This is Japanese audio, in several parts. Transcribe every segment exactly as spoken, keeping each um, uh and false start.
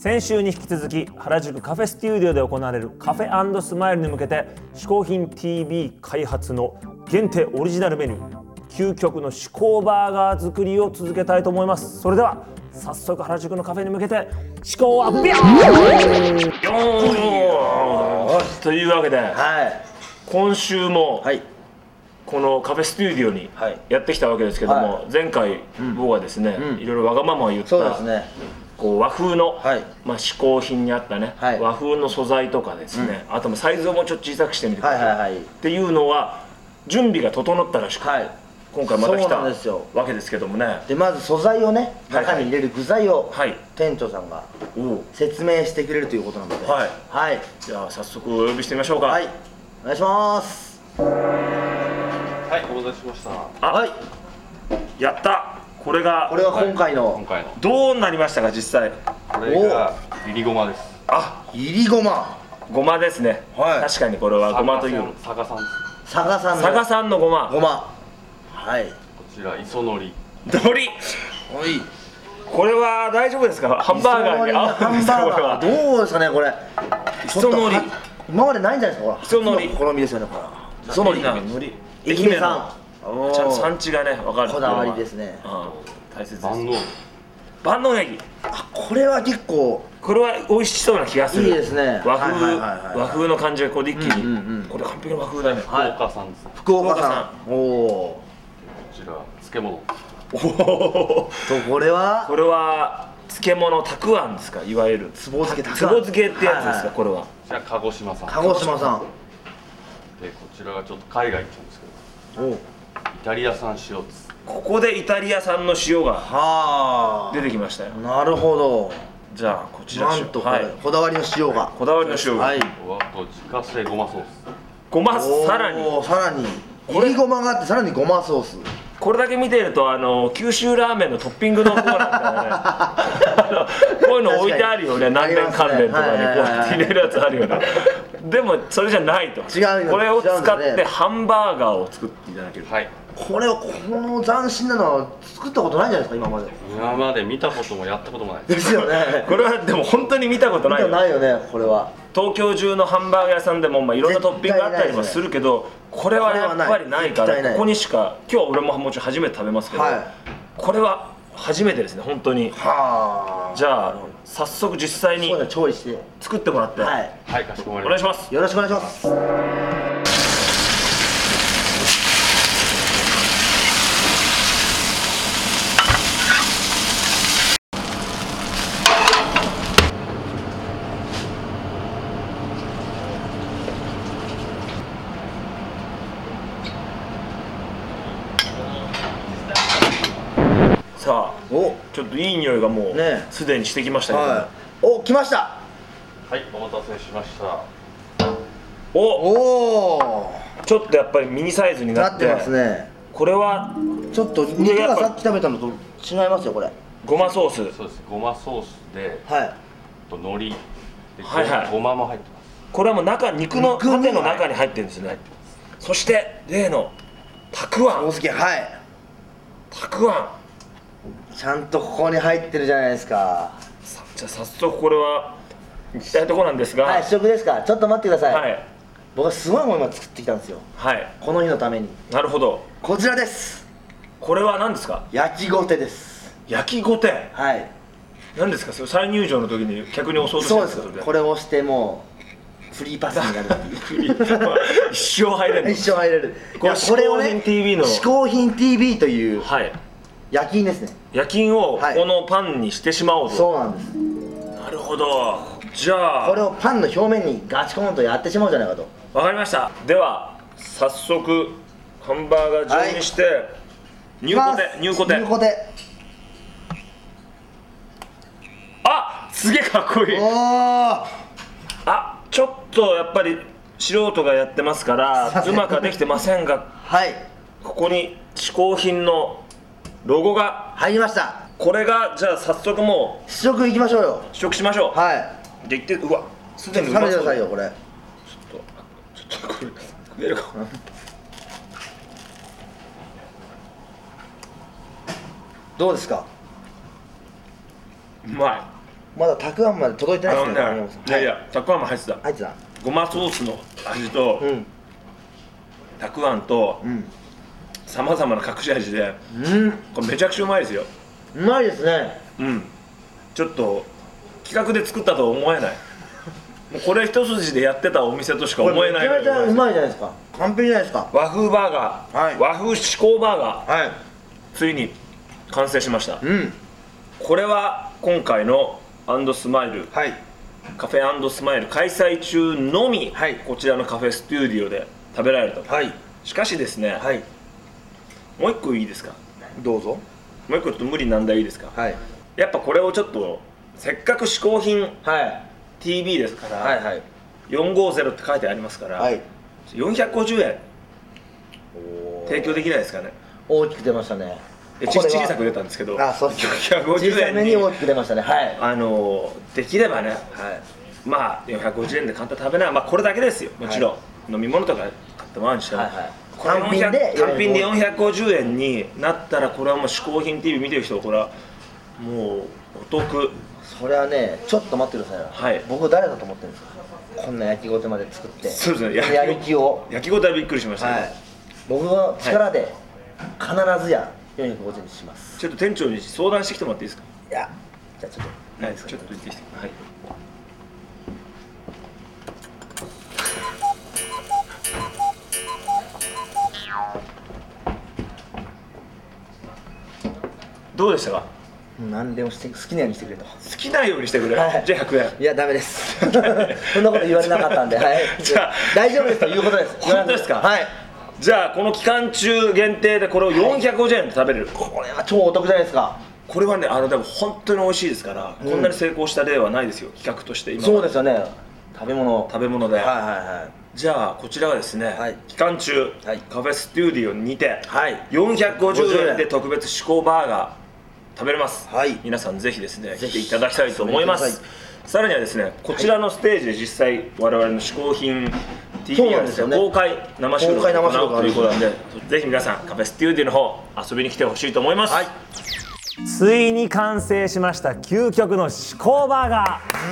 先週に引き続き原宿カフェステューディオで行われるカフェ&スマイルに向けて嗜好品 ティービー 開発の限定オリジナルメニュー究極の至高バーガー作りを続けたいと思います。それでは早速原宿のカフェに向けて至高はビャーンというわけで、はい、今週も、はい、このカフェスタジオにやってきたわけですけども、はい、前回僕はですね、うん、いろいろわがままを言った、そうですね、こう和風の、はい、まあ、嗜好品にあったね、はい、和風の素材とかですね、うん、あともサイズをもうちょっと小さくしてみてください、はいはいはい、っていうのは準備が整ったらしく、はい、今回また来たわけですけどもね。 でまず素材をね、中に入れる具材を、はい、店長さんが説明してくれるということなので、はい、はい、 じゃあ早速お呼びしてみましょうか。 はい、お願いします。 はい、お待たせしました。 あ、はい、やった。これがこれが今回の、はい、 今回のどうなりましたか実際。 これがいりごまです。 あ、いりごま、 ごまですね、はい、確かにこれはごまという佐賀産です。 佐賀産の佐賀産のごまごま、はい、 こちら磯のりのり、 はい、 これは大丈夫ですか。ハンバーガーに合うんですか。これはどうですかね。これ磯のり今までないんじゃないですか。 磯のり好みですよね。これ磯のり、愛媛産、 ちゃんと産地がね分かる。 こだわりですね。 大切です。 万能万能ネギ、 あ、これは結構これは美味しそうな気がする。 いいですね。 和風、和風の感じがこう一気に、これ完璧な和風だね。 福岡産です。 福岡産。おお。 こちら漬物。 おお。 とこれはこれは漬物たくあんですか。いわゆるつぼ漬け、 つぼ漬けってやつですか。これはじゃあ鹿児島産。 鹿児島産で、こちらがちょっと海外行っちゃうんですけど、おイタリア産塩です。 ここでイタリア産の塩が出てきましたよ。 なるほど。 じゃあこちらなんとこれ、はい、こだわりの塩が、 こだわりの塩が、はい、 あと自家製ごまソース。 ごま、さらにさらにいりごまがあって、さらにごまソース。 これだけ見ているとあの九州ラーメンのトッピングのコーナーみたいなねこういうの置いてあるよね。何年関連とかにこうやって入れるやつあるよね。でもそれじゃないと。 違う。 これを使ってハンバーガーを作っていただける。 はい。 これを、この斬新なのは作ったことないんじゃないですか今まで。 今まで見たこともやったこともないですよね。 これはでも本当に見たことない。 見たないよね。これは東京中のハンバーガー屋さんでもまあいろんなトッピングがあったりもするけど、これはやっぱりないから、ここにしか、今日俺ももちろん初めて食べますけど、これは初めてですね本当に。はあ。じゃあ早速実際に調理して作ってもらって、 はい、 はい、かしこまりました。 お願いします。 よろしくお願いします。 さあ、お、ちょっといい匂いがもうすでにしてきましたけど、はい、 お、来ました。 はい、お待たせしました。 おお、ちょっとやっぱりミニサイズになって、 なってますね。 これはちょっと肉がさっき食べたのと違いますよ。これごまソース。 そうです。ごまソースで、 はい、 と海苔で、 はいはい、 ごまも入ってます。 これはもう中、肉のパテの中に入ってるんですね。そして例のたくあん。 お好き、はい、 たくあんちゃんとここに入ってるじゃないですか。 じゃあ早速これは行きたいところなんですが、 はい、試食ですか。ちょっと待ってください。 はい、 僕はすごいもの今作ってきたんですよ。 はい、 この日のために。 なるほど。 こちらです。 これは何ですか。 焼きごてです。 焼きごて、 はい。 何ですか。それ再入場の時に客におそうとしたんですか。そうです。これを押してもうフリーパスになるっていう一生入れる。 一生入れる。 これ嗜好品 ティービー の嗜好品 ティービー という、 はい、 焼き印ですね。 焼き印をこのパンにしてしまおうと。 そうなんです。 なるほど。じゃあこれをパンの表面にガチコンとやってしまうじゃないかと。 わかりました。では早速ハンバーガー状にして、はい、ニューコテ、ニューコテ、 ニューコテ。 あ、すげえかっこいい。 おー、 あ、ちょっとやっぱり素人がやってますからうまくはできてませんが、 はい、ここに嗜好品のロゴが入りました。 これがじゃあ早速もう試食いきましょうよ。 試食しましょう。 はい。 で、いって、うわ、すでにうまそう。 そう。 食べてくださいよこれ。 ちょっと、ちょっとこれ食えるか。 どうですか。 うまい。 まだたくあんまで届いてないですね。 いやいや、たくあんも入ってた。 入ってた。 ごまソースの味とたくあんとさまざまな隠し味で、これめちゃくちゃうまいですよ。 うまいですね。 うん。ちょっと企画で作ったとは思えない。もうこれ一筋でやってたお店としか思えない。 めちゃめちゃうまいじゃないですか。完璧じゃないですか。 和風バーガー、はい、和風至高バーガー、はい、ついに完成しました。うん、これは今回のアンドスマイル、はい、カフェアンドスマイル開催中のみ、はい、こちらのカフェスタジオで食べられると。はい、しかしですね、はい、もう一個いいですか。 どうぞ。 もう一個ちょっと無理難題いいですか。はい、やっぱこれをちょっとせっかく嗜好品、はい、ティービー ですから、はいはい、よんひゃくごじゅうって書いてありますから、はい、よんひゃくごじゅうえん提供できないですかね。 大きく出ましたね。 小さく出たんですけど、 あ、そうです。よんひゃくごじゅうえんに大きく出ましたね。はい。 あのできればね、はい、まあよんひゃくごじゅうえんで簡単に食べない、まあこれだけですよ。もちろん、はい、飲み物とか買ってもらうにしても、はいはい、これ単品で単品でよんひゃくごじゅうえんになったら、これはもう嗜好品 ティービー 見てる人はこれはもうお得。 それはね、ちょっと待ってくださいよ。はい。僕誰だと思ってるんですか。こんな焼きごてまで作って。 そうですね。 やる気を。 焼きごてはびっくりしましたけど。はい、僕の力で必ずやよんひゃくごじゅうにします。 ちょっと店長に相談してきてもらっていいですか。 いや、じゃあちょっと。 はい。ちょっと言ってきて。はい。どうでしたか。 何でもして好きなようにしてくれと。 好きなようにしてくれ、はい、じゃあひゃくえん。 いやダメですそんなこと言われなかったんで、はい、じゃあ大丈夫ですということです。 本当ですか。はい。じゃあこの期間中限定でこれをよんひゃくごじゅうえんで食べれる、はい、 これは超お得じゃないですか。 これはね、あのでも本当に美味しいですから、うん、こんなに成功した例はないですよ、企画として今。 そうですよね。食べ物食べ物で、はいはいはい。じゃあこちらはですね、はい、期間中、はい、カフェスタジオにて、はい、よんひゃくごじゅうえんで特別至高バーガー食べれます、はい、皆さんぜひですね来ていただきたいと思います。さらにはですね、こちらのステージで実際我々の嗜好品 ティービー がですね、公開生収録を行うということなんで、ぜひ皆さんカフェスタジオの方遊びに来てほしいと思います。はい、ついに完成しました究極の至高バーガ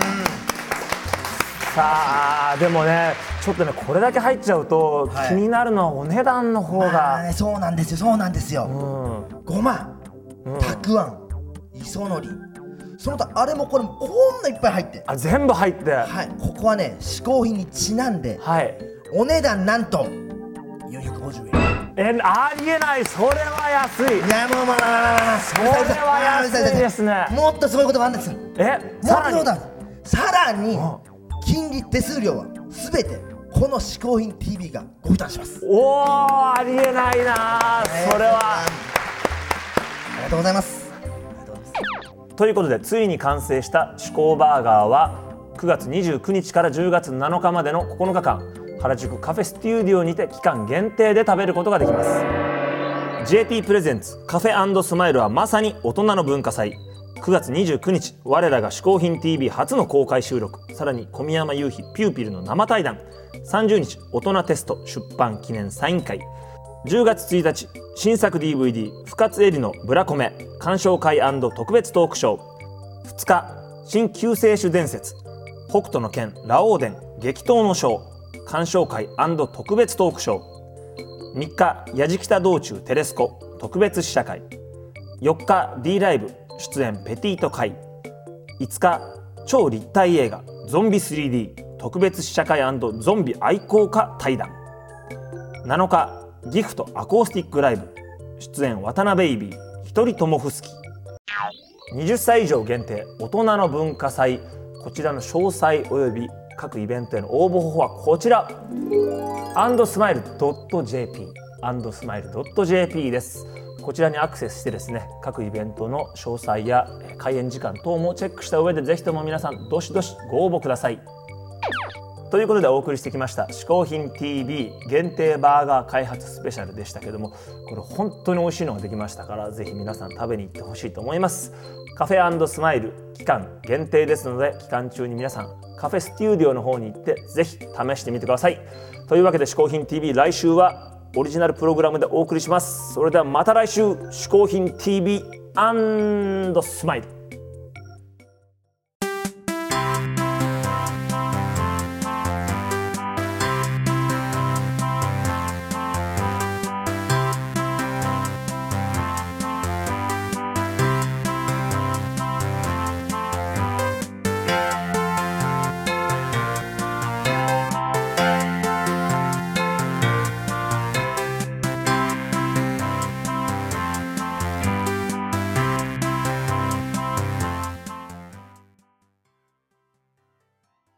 ー。さあでもね、ちょっとねこれだけ入っちゃうと、はい、気になるのはお値段の方が、まあね、 そうなんですよそうなんですよ、うん、ごまたくあん、磯のり、その他あれもこれもこんないっぱい入って、 あ、全部入って、 はい、ここはね嗜好品にちなんで、はい、お値段なんとよんひゃくごじゅうえん。 え、ありえない。それは安い。 いやもうまあまあまあまあ、 それは安いですね。 もっとすごいことがあるんですよ。 え、 さらにさらに金利手数料はすべてこの嗜好品 ティービー がご負担します。 おー、ありえないな、えー、それは。 ありがとうございます。 ということで、ついに完成した至高バーガーはくがつにじゅうくにちからじゅうがつなのかまでのここのかかん、原宿カフェスタジオにて期間限定で食べることができます。 ジェーティー プレゼンツカフェ&スマイルはまさに大人の文化祭。くがつにじゅうくにち、我らが嗜好品 ティービー 初の公開収録、さらに小宮山雄飛ピューピルの生対談、さんじゅうにち大人テスト出版記念サイン会、じゅうがつついたち新作 ディーブイディー 深津絵里のブラコメ鑑賞会&特別トークショー、ふつか新救世主伝説北斗の拳ラオウ伝激闘のショー鑑賞会&特別トークショー、みっかやじきた道中テレスコ特別試写会、よっか D ライブ出演ペティート会、いつか超立体映画ゾンビ スリーディー 特別試写会&ゾンビ愛好家対談、なのかギフトアコースティックライブ出演渡辺ベイビー一人トモフスキー、はたち以上限定大人の文化祭、こちらの詳細および各イベントへの応募方法はこちら アンドスマイルドットジェーピー アンドスマイルドットジェーピー です。こちらにアクセスしてですね、各イベントの詳細や開演時間等もチェックした上で、ぜひとも皆さんどしどしご応募ください。ということでお送りしてきました嗜好品 ティービー 限定バーガー開発スペシャルでしたけども、これ本当に美味しいのができましたから、ぜひ皆さん食べに行ってほしいと思います。カフェ&スマイル期間限定ですので、期間中に皆さんカフェスタジオの方に行ってぜひ試してみてください。というわけで嗜好品 ティービー 来週はオリジナルプログラムでお送りします。それではまた来週、嗜好品 ティービー& スマイル。